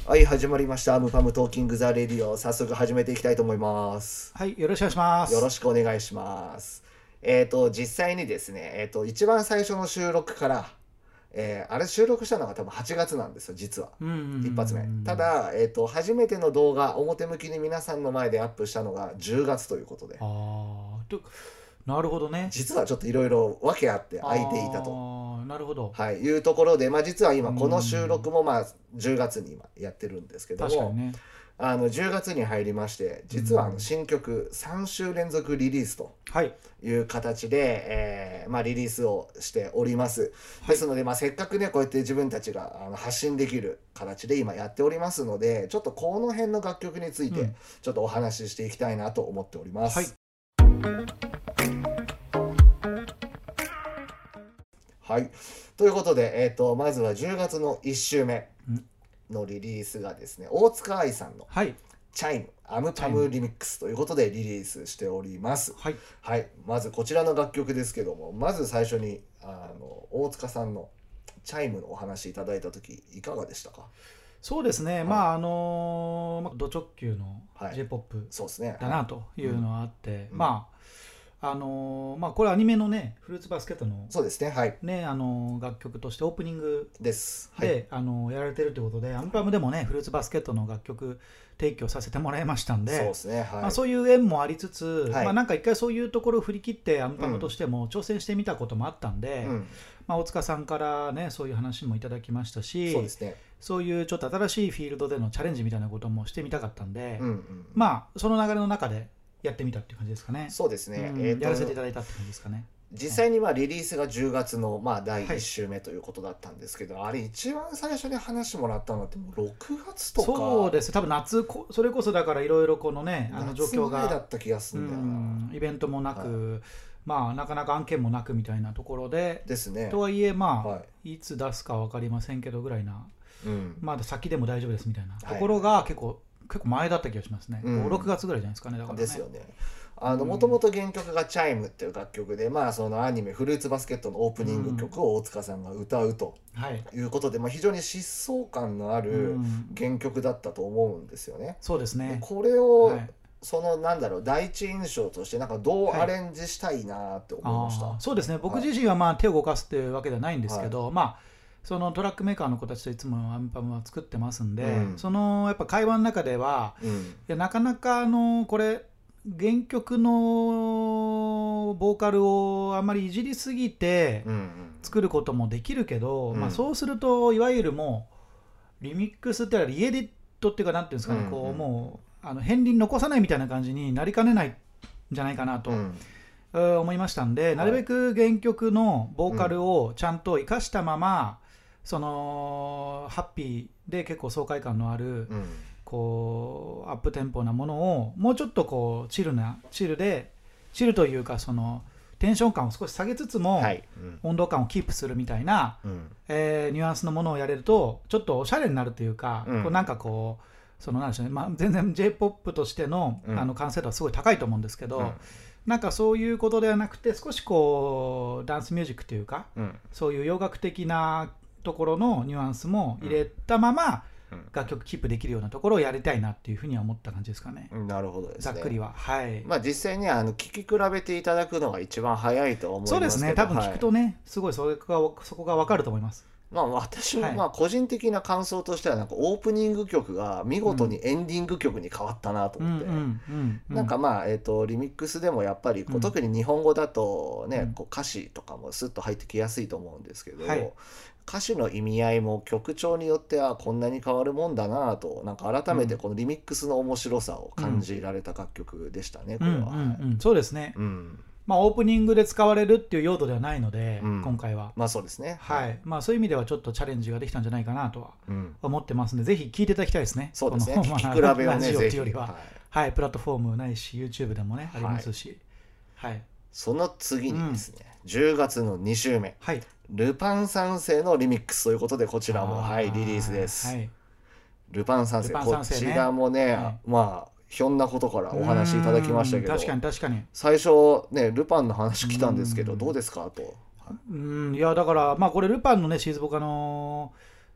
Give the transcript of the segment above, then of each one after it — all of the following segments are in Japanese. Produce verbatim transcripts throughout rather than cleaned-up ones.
はい、始まりました。アムパムトーキングザレディオ。早速始めていきたいと思います。 はい、よろしくお願いします。 よろしくお願いします。えっ、と、実際にですね、えっ、と、一番最初の収録から、えーあれ収録したのが多分はちがつなんですよ、実は。 うんうんうんうん、 一発目。ただ、えっ、と、初めての動画、表向きに皆さんの前でアップしたのがじゅうがつということで、 あーとなるほどね。 実はちょっといろいろ訳あって空いていたと。 あーなるほど。 はい、いうところで、まあ、実は今うんこの収録もまあじゅうがつに今やってるんですけども、 確かにね。 あのじゅうがつに入りまして、実はあの新曲さんしゅう連続リリースとはい。 いう形で、えーまあ、リリースをしております。 はいですので、まあ、せっかくねこうやって自分たちがあの発信できる形で今やっておりますので、ちょっとこの辺の楽曲についてうんちょっとお話ししていきたいなと思っております。 はい。 はい、ということで、えー、とまずはじゅうがつのいっ週目うんのリリースがですね、大塚愛さんのはい。 チャイムアムパムリミックスということでリリースしております。 はい。 はい、まずこちらの楽曲ですけども、まず最初にあの大塚さんのチャイムのお話いただいた時いかがでしたか？ そうですね。まああのーまあド直球のはい J-ポップそうですね。 だなというのはあって、 うんまああのーまあこれアニメのね、フルーツバスケットのそうですね。はいね、あのー楽曲としてオープニングです。はい。 で、あのーやられてるということで、アンパムでもね、フルーツバスケットの楽曲提供させてもらいましたんで、 そうですね。はい。 まあ、そういう縁もありつつ、 はいまあ、なんか一回そういうところを振り切ってアンパムとしても挑戦してみたこともあったんで、 うん、 まあ、大塚さんからねそういう話もいただきましたし、 そうですね。 そういうちょっと新しいフィールドでのチャレンジみたいなこともしてみたかったんで、 うんうん。 まあその流れの中でやってみたっていう感じですかね。 そうですね。 うんえーとやらせていただいたって感じですかね。 実際にまあリリースがじゅうがつのまあだいいっ週目ということだったんですけど、あれ一番最初に話してもらったのってもうろくがつとか、 そうです、多分夏こそれこそだからいろいろこのねあの状況夏の前だがった気がすうるんだよな。 んイベントもなく、まあなかなか案件もなくみたいなところで、 ですね。 とはいえまあ、、 はいつ出すか分かりませんけどぐらいな、 うん。 まだ先でも大丈夫ですみたいなはいところが結構、結構前だった気がしますね、 うんごろくがつぐらいじゃないですかね。だからねですよね。あのもともと原曲が「チャイム」っていう楽曲で、まあそのアニメ「フルーツバスケット」のオープニング曲を大塚さんが歌うとはいいうことで、まあ、非常に疾走感のあうるん原曲だったと思うんですよね。でそうですね。 これを、 はいそのなんだろう第一印象としてなんかどうアレンジしたいなって思いました。 あーそうですね、僕自身はまあ手を動かすっていうわけではないんですけど、まあそのトラックメーカーの子たちといつもアンパムは作ってますんで、 うんそのやっぱ会話の中では、 うんいやなかなかあのこれ原曲のボーカルをあんまりいじりすぎてうんうん作ることもできるけど、 うんまあ、そうするといわゆるもうリミックスってリエディットっていうかなんていうんですかね、 うんうんこうもうあの片鱗残さないみたいな感じになりかねないんじゃないかなと、 うんえー思いましたんで、なるべく原曲のボーカルをちゃんと生かしたまま、そのハッピーで結構爽快感のある、 うんこうアップテンポなものをもうちょっとこうチルなチルでチルというかそのテンション感を少し下げつつも、 はいうん温度感をキープするみたいな、 うんえーニュアンスのものをやれるとちょっとおしゃれになるというか、 うんこうなんかこうそのなんでしょうね、まあ、全然 J-ポップ としての、 うんあの完成度はすごい高いと思うんですけど、 うんなんかそういうことではなくて少しこうダンスミュージックというかうんそういう洋楽的なところのニュアンスも入れたまま、 うん楽曲キープできるようなところをやりたいなっていうふうには思った感じですかね。 なるほどですね。 ざっくりは、はい。 まあ実際にあの聴き比べていただくのが一番早いと思いますけど、 そうですね。多分聞くとはいね、すごいそれがそこが分かると思います。 まあ私もはいまあ個人的な感想としてはなんかオープニング曲が見事にエンディング曲に変わったなと思って、 うんうんうんうん、 なんかまあえっとリミックスでもやっぱりこううん特に日本語だとね、 うんこう歌詞とかもスッと入ってきやすいと思うんですけど、 はい歌詞の意味合いも曲調によってはこんなに変わるもんだなとなんか改めてこのリミックスの面白さを感じられた楽曲でしたね、これは。 うんうんうん、そうですね。 うんまあオープニングで使われるっていう用途ではないので、 うん今回は。 まあそうですね。 はい。まあそういう意味ではちょっとチャレンジができたんじゃないかなとはうん思ってますので、ぜひ聴いていただきたいですね。 そうですね。 この聞き比べをラね、 ジオってぜひ。 いうよりは、 はいはい、プラットフォームないし YouTube でもねありますし、はいその次にですね、じゅうがつのに週目、 はい。 ルパン三世のリミックスということでこちらもあーはいリリースです。 はい。 ルパン三世、 ルパンこ三世ねちらもね、 はいまあひょんなことからお話いただきましたけど、 うん確かに確かに。 最初ねルパンの話来たんですけどうんどうですかと。 うんいやだからまあこれルパンのねシリーズ僕あの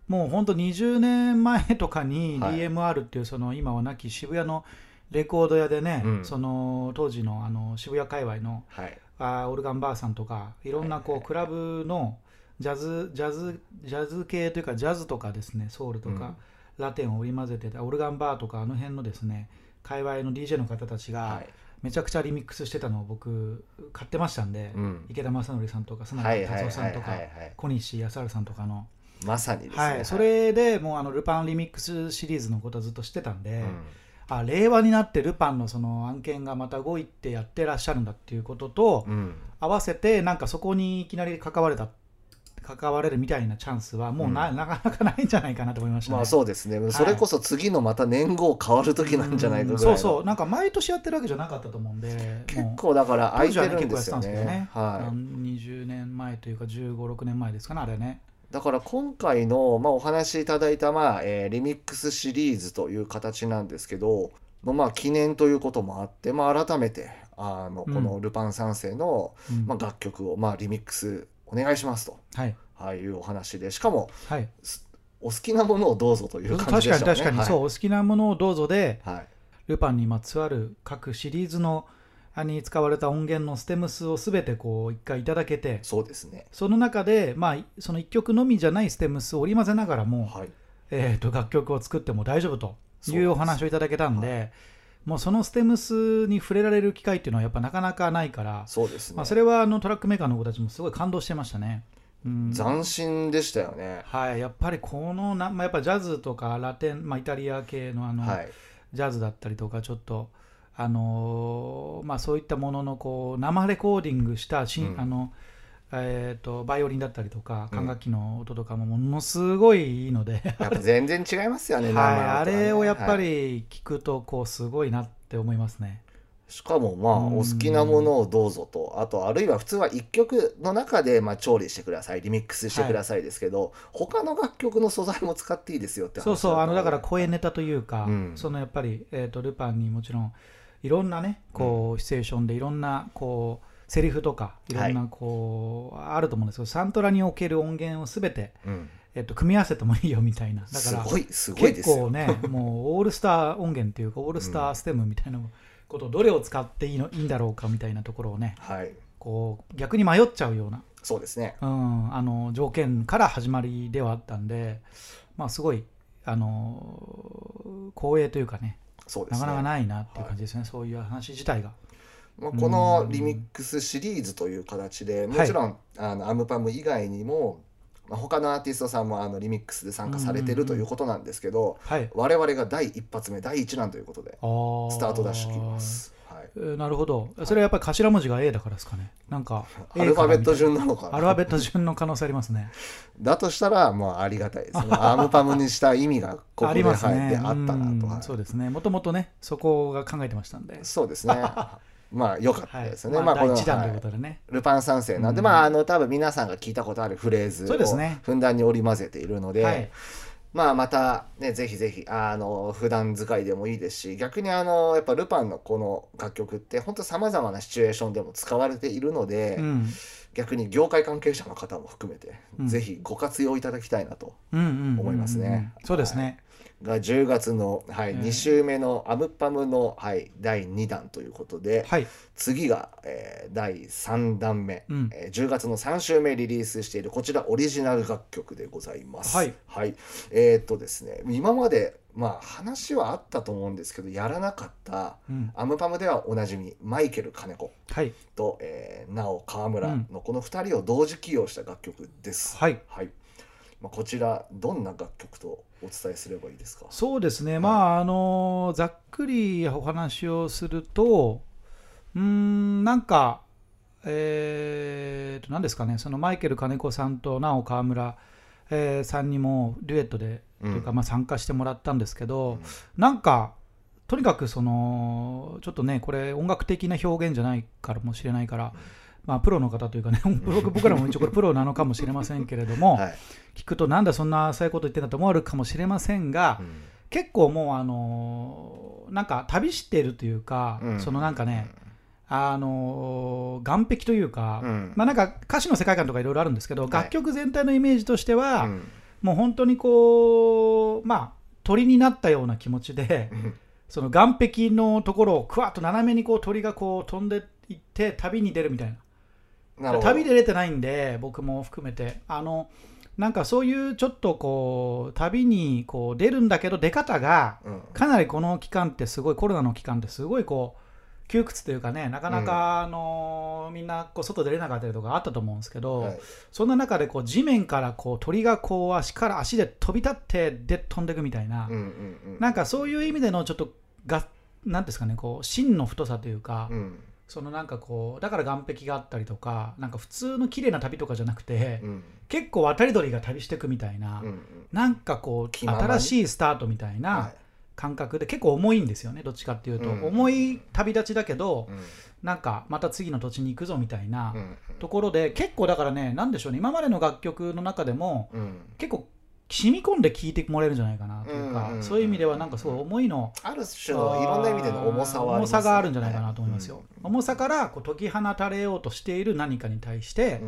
もう本当にじゅうねんまえとかに ディーエムアール っていうその今はなき渋谷のレコード屋でね、 うんその当時のあの渋谷界隈のはいあオルガンバーさんとかいろんなこうクラブのジャズジャズジャズ系というかジャズとかですねソウルとかラテンを織り交ぜてたオルガンバーとかあの辺のですね界隈の ディージェー の方たちがはいめちゃくちゃリミックスしてたのを僕買ってましたんで、 うん池田正則さんとか砂はい川達夫さんとかはいはいはいはい小西康晴さんとかの、 まさにですね、 はい、それでもうあのルパンリミックスシリーズのことはずっと知ってたんで、 うんあ令和になってルパンのその案件がまた動いてやってらっしゃるんだっていうことと、 うん合わせてなんかそこにいきなり関われた関われるみたいなチャンスはもうな,、 うんなかなかないんじゃないかなと思いましたね。 まあそうですね、それこそ次のまた年号変わる時なんじゃないかぐらいの、 そうそうなんか毎年やってるわけじゃなかったと思うんで結構だから空いてるんですよ当時はね結構やってたんですけどねね、 はい、 にじゅうねんまえというかじゅうご、ろくねんまえですかねあれね。 だから今回の、まあ、お話しいただいた、まあえーリミックスシリーズという形なんですけど、まあ、記念ということもあって、まあ、改めてあのうんこのルパン三世の、 うんまあ、楽曲を、まあ、リミックスお願いしますと、 はいはい、いうお話で、しかもはいお好きなものをどうぞという感じでしたね。 確かに確かに、 はい、 そうお好きなものをどうぞで、 はい、 ルパンにまつわる各シリーズのあに使われた音源のステムスをすべてこう一回いただけて、 そうですね、 その中で、まあ、そのいっきょくのみじゃないステムスを織り交ぜながらも、 はい、 えー、と楽曲を作っても大丈夫とそうですいうお話をいただけたんで、 はもうそのステムスに触れられる機会っていうのはやっぱなかなかないから、 そうですね、 まあ、それはあのトラックメーカーの子たちもすごい感動してましたね。うん斬新でしたよね。 はい、やっぱりこのな、まあ、やっぱジャズとかラテン、まあ、イタリア系のあの、 はい、 ジャズだったりとかちょっと、あのーまあ、そういったもののこう生レコーディングしたし、 うんあのえー、とバイオリンだったりとかうん管楽器の音とかもものすごいいいので、 やっぱ全然違いますよね、 はい、 生とはあねれをやっぱはいり聞くとこうすごいなって思いますね。 しかもまあうんお好きなものをどうぞと、あとあるいは普通はいっきょくの中でまあ調理してください、リミックスしてくださいですけど、他の楽曲の素材も使っていいですよって話そうそう、あのだからこ声ネタというか、 うんそのやっぱり、えー、とルパンにもちろんいろんなねこうシチュエーションでいろんなこうセリフとかいろんなこう、あると思うんですけど、サントラにおける音源をすべて、 うん、 えっと、組み合わせてもいいよみたいな、だからすごいすごいですよ結構ねもうオールスター音源っていうかオールスターステムみたいなことをどれを使っていいのいいんだろうかみたいなところをねはい、 こう逆に迷っちゃうような、 そうですね、 うん、あの条件から始まりではあったんで、まあ、すごいあの光栄というかねそうですねなかなかないなっていう感じですね、そういう話自体が。 まあ、このリミックスシリーズという形でもちろん、あのアムパム以外にも、まあ、他のアーティストさんもあのリミックスで参加されてるということなんですけど、 はい、 我々が第一発目第一弾ということであースタートダッシュきます、はい、 えーなるほど、それはやっぱり頭文字が A だからですかね、なんかアルファベット A 順なのかなアルファベット順の可能性ありますね。 だとしたらもうありがたいですねアムパムにした意味がここでありますね、 はいであったなと、 うんはいそうですね、もともとねそこが考えてましたんで、 そうですねまあ良かったですね、 はい、まあ、 この第一弾というはいことでね、 ルパン三世なんで、 うんまああの多分皆さんが聞いたことあるフレーズをそうですねふんだんに織り交ぜているので、 はいまあまたねぜひぜひあの普段使いでもいいですし、逆にあのやっぱルパンのこの楽曲って本当さまざまなシチュエーションでも使われているので、 うん逆に業界関係者の方も含めて、 うんぜひご活用いただきたいなとうんうんうんうん思いますねそうですね、 がじゅうがつの、はいえーに週目のアムパムの、はい、だいにだんということで、 はい、 次が、えーだいさんだんめ、 うんえーじゅうがつのさん週目リリースしているこちらオリジナル楽曲でございます。 はい、 えーっとですね今までまあ話はあったと思うんですけどやらなかったうんアムパムではおなじみマイケル金子はいと、えー、なお川村のこのふたりを同時起用した楽曲です。 はいはいまあ、こちらどんな楽曲とお伝えすればいいですか？ そうですね、まああのざっくりお話をすると、うーんなんか、えー、と何ですかね、そのマイケル金子さんとなお川村、えーさんにもデュエットで、 うんというかまあ参加してもらったんですけど、 うんなんかとにかくそのちょっとねこれ音楽的な表現じゃないからもしれないから、まあ、プロの方というかね僕僕らも一応これプロなのかもしれませんけれども、 はい聞くとなんだそんな浅いこと言ってんだと思われるかもしれませんが、 うん結構もうあのなんか旅しているというか、 うんそのなんかね、あの岸壁というか、 うんまあなんか歌詞の世界観とかいろいろあるんですけど、 はい楽曲全体のイメージとしては、 うんもう本当にこうまあ鳥になったような気持ちでその岸壁のところをクワッと斜めにこう鳥がこう飛んでいって旅に出るみたいな。旅で出てないんで僕も含めてあのなんかそういうちょっとこう旅にこう出るんだけど出方がかなりこの期間ってすごいコロナの期間ってすごいこう窮屈というかねなかなかあの、うん、みんなこう外出れなかったりとかあったと思うんですけど、はい、そんな中でこう地面からこう鳥がこう足から足で飛び立ってで飛んでいくみたいな、うんうんうん、なんかそういう意味でのちょっとがなんですかねこう芯の太さというか、うん、そのなんかこうだから岸壁があったりとかなんか普通の綺麗な旅とかじゃなくて、うん、結構渡り鳥が旅していくみたいな、うんうん、なんかこう新しいスタートみたいな、はい感覚で結構重いんですよねどっちかっていうと、うん、重い旅立ちだけど、うん、なんかまた次の土地に行くぞみたいなところで結構だからねなんでしょうね今までの楽曲の中でも、うん、結構染み込んで聴いてもらえるんじゃないかなというか、うん、そういう意味ではなんかすごい重いのある種のいろんな意味での重さはありますね、 重さがあるんじゃないかなと思いますよ、はい、重さからこう解き放たれようとしている何かに対して、うん、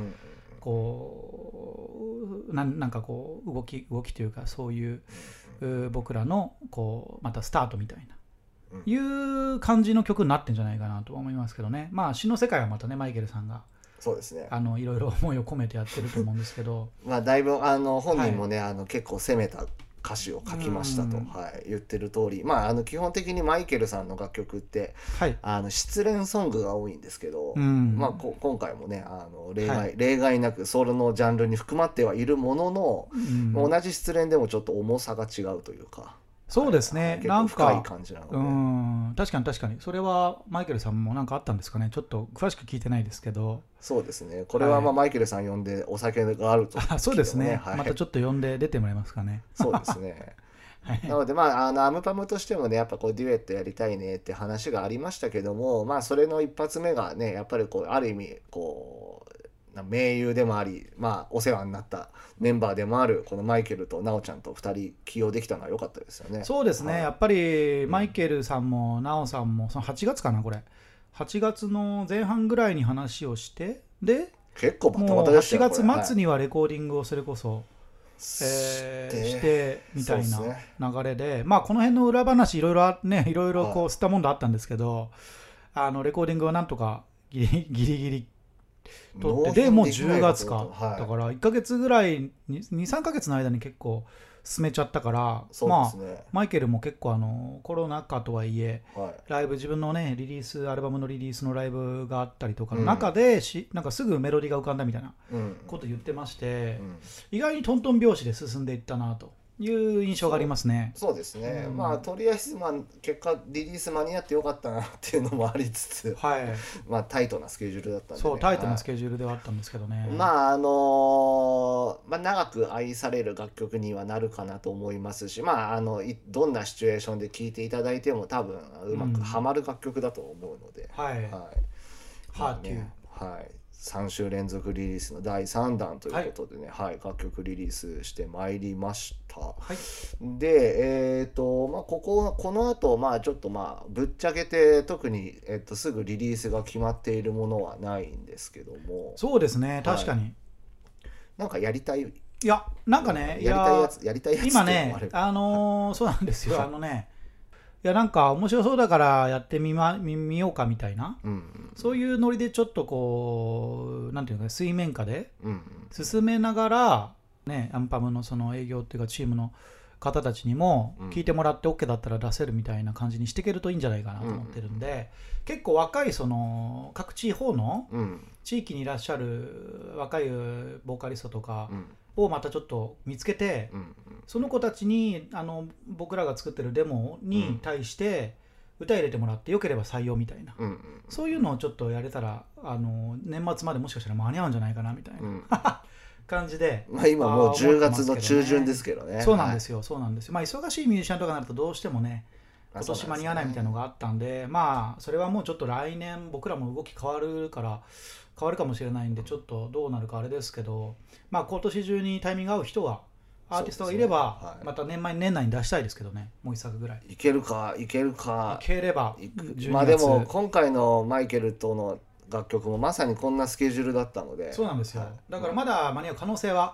こうな, なんかこう動き動きというかそういう僕らのこうまたスタートみたいな、うん、いう感じの曲になってんじゃないかなと思いますけどね。まあ詩の世界はまたねマイケルさんがそうですねあのいろいろ思いを込めてやってると思うんですけどまあだいぶあの本人もね、はい、あの結構攻めた歌詞を書きましたと、はい、言ってる通り、まあ、あの基本的にマイケルさんの楽曲って、はい、あの失恋ソングが多いんですけど、まあ、こ今回もねあの例外、はい、例外なくソロのジャンルに含まってはいるものの、同じ失恋でもちょっと重さが違うというかそうですね、 結構深い感じなので、 うん確かに確かにそれはマイケルさんも何かあったんですかねちょっと詳しく聞いてないですけどそうですねこれはまあマイケルさん呼んでお酒があると、ね、 あそうですね、はい、またちょっと呼んで出てもらえますかねそうですねはい、なのでまああのアムパムとしてもねやっぱこうデュエットやりたいねって話がありましたけどもまあそれの一発目がねやっぱりこうある意味こう盟友でもありまあお世話になったメンバーでもあるこのマイケルとナオちゃんとふたり起用できたのは良かったですよね。 そうですね、はい、やっぱりマイケルさんもナオさんもそのはちがつかなこれはちがつの前半ぐらいに話をしてで結構バタバタでしたよもうはちがつ末にはレコーディングをそれこそ、はいえー、してみたいな流れ で, で、ね、まあこの辺の裏話いろいろねいろいろこう吸ったもんだあったんですけど、はい、あのレコーディングはなんとかギリギリギリ撮ってでもうじゅうがつか、はい、だからいっかげつぐらい にさんかげつの間に結構進めちゃったから、そうですね、まあ、マイケルも結構あのコロナ禍とはいえ、はい、ライブ自分のねリリースアルバムのリリースのライブがあったりとかの中でし、うん、なんかすぐメロディーが浮かんだみたいなこと言ってまして、うんうん、意外にトントン拍子で進んでいったなという印象がありますね。 そう、そうですね、うん、まあとりあえず、まあ、結果リリース間に合ってよかったなっていうのもありつつ、はい、まあタイトなスケジュールだったんで、ね、 そうタイトなスケジュールではあったんですけどね、はい、 まああのーまあ、長く愛される楽曲にはなるかなと思いますし、まあ、あのどんなシチュエーションで聴いていただいても多分うまくはまる楽曲だと思うので、うん、はい、はい、 ハーティー、はい、さんしゅう連続リリースのだいさんだんということでね、はいはい、楽曲リリースしてまいりました、はい、で、えーとまあ、こここの後、まあちょっとまあぶっちゃけて特に、えっと、すぐリリースが決まっているものはないんですけどもそうですね確かに、はい、 なんかやりたいいやなんかねやりたいやつやりたいやつ今ねあのー、そうなんですよあのねいやなんか面白そうだからやってみ、ま、見, 見ようかみたいな、うんうん、そういうノリでちょっとこうなんていうか水面下で進めながら、ね、アンパムのその営業っていうかチームの方たちにも聞いてもらって OK だったら出せるみたいな感じにしていけるといいんじゃないかなと思ってるんで、うんうん、結構若いその各地方の地域にいらっしゃる若いボーカリストとかをまたちょっと見つけて、うんうん、その子たちにあの僕らが作ってるデモに対して歌入れてもらってよければ採用みたいな、うんうん、そういうのをちょっとやれたらあの年末までもしかしたら間に合うんじゃないかなみたいな、うん感じで、 まあ、今もうじゅうがつの中旬ですけどね。 そうなんですよ、はい、そうなんですよ。まあ忙しいミュージシャンとかになるとどうしてもね今年間に合わないみたいなのがあったんで、まあそれはもうちょっと来年僕らも動き変わるから変わるかもしれないんでちょっとどうなるかあれですけど、まあ今年中にタイミング合う人がアーティストがいれば、ねはい、また年前年内に出したいですけどね、もう一作ぐらいいけるかいけるかいければまあでも今回のマイケルとの楽曲もまさにこんなスケジュールだったので、 そうなんですよ、はい、だからまだ間に合う可能性は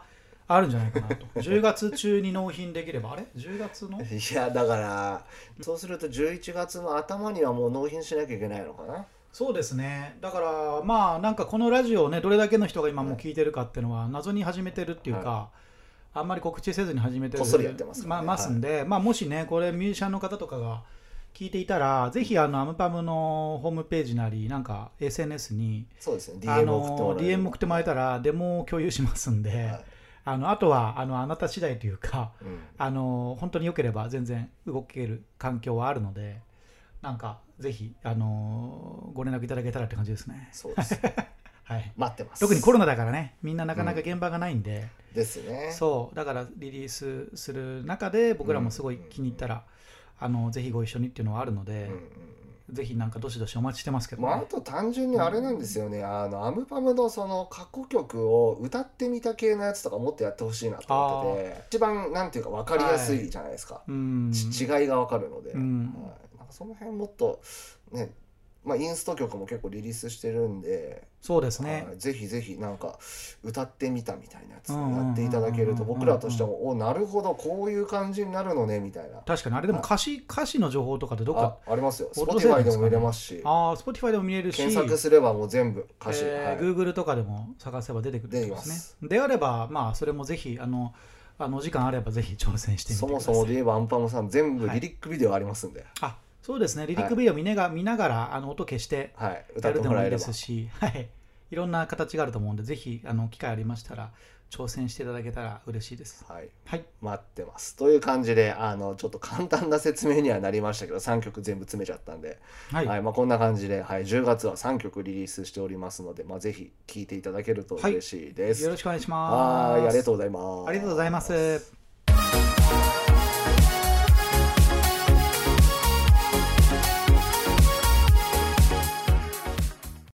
あるんじゃないかなとじゅうがつ中に納品できればあれじゅうがつのいやだからそうするとじゅういちがつの頭にはもう納品しなきゃいけないのかな。 そうですね。だからまあなんかこのラジオをねどれだけの人が今もう聞いてるかっていうのは謎に始めてるっていうか、はい、あんまり告知せずに始めてるこっそりやってますからね、 ま、ますんで、はい、まあもしねこれミュージシャンの方とかが聞いていたらぜひあのアムパムのホームページなりなんか エスエヌエス にそうですね ディーエム 送ってもらえるディーエム 送ってもらえたらデモを共有しますんで、はい、あのあとはあのあなた次第というか、うん、あの本当に良ければ全然動ける環境はあるのでなんかぜひあのご連絡いただけたらって感じですね。 そうです、 はい、 待ってます。 特にコロナだからねみんななかなか現場がないんで、 うん、ですね。 そうだからリリースする中で僕らもすごい気に入ったら、うんあのぜひご一緒にっていうのはあるので、うんうん、ぜひなんかどしどしお待ちしてますけど、ねまあ、あと単純にあれなんですよね、うん、あのアムパムのその過去曲を歌ってみた系のやつとかもっとやってほしいなと思ってて一番なんていうか分かりやすいじゃないですか、はい、うん違いが分かるので、うんはい、なんかその辺もっとねまあ、インスト曲も結構リリースしてるんでそうですね、 はい、ぜひぜひなんか歌ってみたみたいなやつやっていただけると僕らとしてもおなるほどこういう感じになるのねみたいな。 確かにあれでも歌詞、はい、歌詞の情報とかでどっかあ, ありますよ Spotify でも見れますしあ Spotify でも見れるし検索すればもう全部歌詞、 えーはい、Google とかでも探せば出てくるんですね。であればまあそれもぜひあのあのお時間あればぜひ挑戦してみてください。 そもそもで言えばアンパムさん全部リリックビデオありますんで、はい、 あそうですねリリックビデオ見,、ねが見ながらあの音消してやるでもいいですし、はい、いろんな形があると思うんでぜひあの機会ありましたら挑戦していただけたら嬉しいです。 はい、はい、待ってますという感じであのちょっと簡単な説明にはなりましたけどさんきょく全部詰めちゃったんで、はいはいまあ、こんな感じで、はい、じゅうがつはさんきょくリリースしておりますので、まあ、ぜひ聴いていただけると嬉しいです、 はい、よろしくお願いします。 はいありがとうございます。 ありがとうございます。